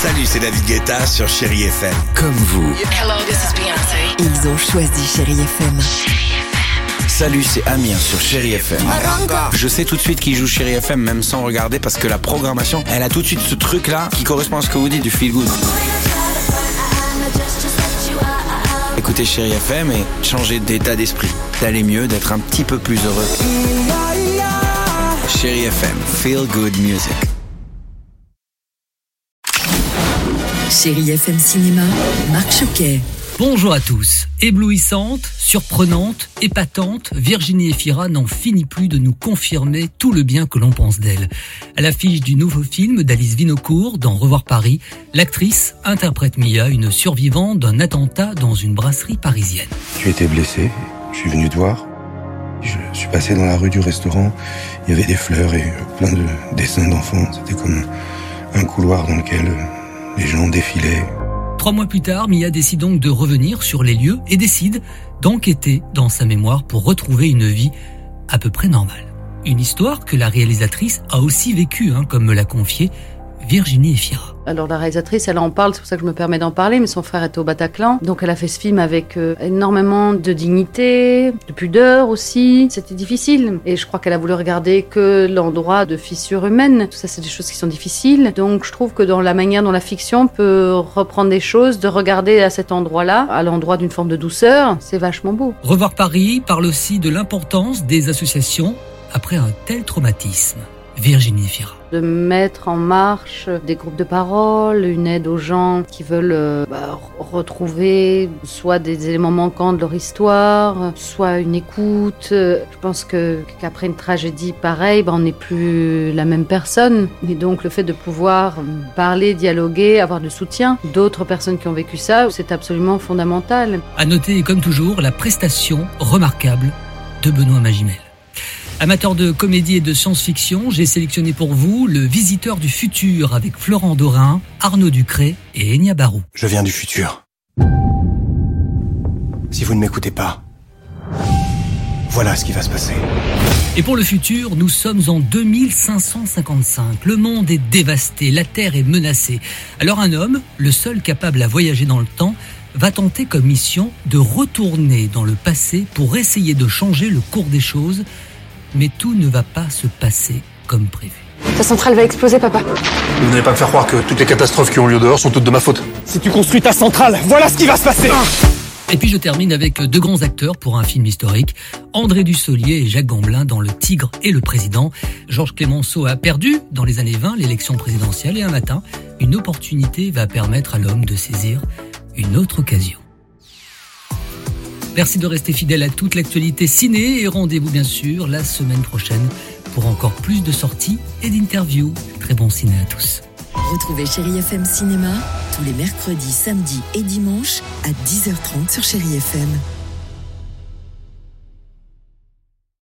Salut, c'est David Guetta sur Chérie FM. Comme vous. Hello, this is Beyoncé. Ils ont choisi Chérie FM. Salut, c'est Amir sur Chérie FM. Je sais tout de suite qui joue Chérie FM, même sans regarder, parce que la programmation, elle a tout de suite ce truc-là qui correspond à ce que vous dites du feel good. Écoutez Chérie FM et changez d'état d'esprit, d'aller mieux, d'être un petit peu plus heureux. Chérie FM, feel good music. Chérie FM Cinéma, Marc Choquet. Bonjour à tous. Éblouissante, surprenante, épatante, Virginie Efira n'en finit plus de nous confirmer tout le bien que l'on pense d'elle. À l'affiche du nouveau film d'Alice Vinocourt, dans Revoir Paris, l'actrice interprète Mia, une survivante d'un attentat dans une brasserie parisienne. Tu étais blessé, je suis venu te voir. Je suis passé dans la rue du restaurant, il y avait des fleurs et plein de dessins d'enfants. C'était comme un couloir dans lequel les gens défilaient. 3 mois plus tard, Mia décide donc de revenir sur les lieux et décide d'enquêter dans sa mémoire pour retrouver une vie à peu près normale. Une histoire que la réalisatrice a aussi vécue, comme me l'a confié Virginie Efira. Alors la réalisatrice, elle en parle, c'est pour ça que je me permets d'en parler, mais son frère était au Bataclan, donc elle a fait ce film avec énormément de dignité, de pudeur aussi. C'était difficile, et je crois qu'elle a voulu regarder que l'endroit de fissure humaine. Tout ça, c'est des choses qui sont difficiles, donc je trouve que dans la manière dont la fiction peut reprendre des choses, de regarder à cet endroit-là, à l'endroit d'une forme de douceur, c'est vachement beau. Revoir Paris parle aussi de l'importance des associations après un tel traumatisme. Virginie Efira. De mettre en marche des groupes de parole, une aide aux gens qui veulent retrouver soit des éléments manquants de leur histoire, soit une écoute. Je pense qu'après une tragédie pareille, on n'est plus la même personne. Et donc le fait de pouvoir parler, dialoguer, avoir du soutien d'autres personnes qui ont vécu ça, c'est absolument fondamental. À noter, comme toujours, la prestation remarquable de Benoît Magimel. Amateur de comédie et de science-fiction, j'ai sélectionné pour vous Le Visiteur du Futur avec Florent Dorin, Arnaud Ducré et Enya Barou. Je viens du futur. Si vous ne m'écoutez pas, voilà ce qui va se passer. Et pour le futur, nous sommes en 2555. Le monde est dévasté, la Terre est menacée. Alors un homme, le seul capable à voyager dans le temps, va tenter comme mission de retourner dans le passé pour essayer de changer le cours des choses. Mais tout ne va pas se passer comme prévu. Ta centrale va exploser, papa. Vous n'allez pas me faire croire que toutes les catastrophes qui ont lieu dehors sont toutes de ma faute. Si tu construis ta centrale, voilà ce qui va se passer. Et puis je termine avec 2 grands acteurs pour un film historique. André Dussolier et Jacques Gamblin dans Le Tigre et le Président. Georges Clemenceau a perdu dans les années 20 l'élection présidentielle et un matin, une opportunité va permettre à l'homme de saisir une autre occasion. Merci de rester fidèle à toute l'actualité ciné et rendez-vous bien sûr la semaine prochaine pour encore plus de sorties et d'interviews. Très bon ciné à tous. Retrouvez Chérie FM Cinéma tous les mercredis, samedis et dimanches à 10h30 sur Chérie FM.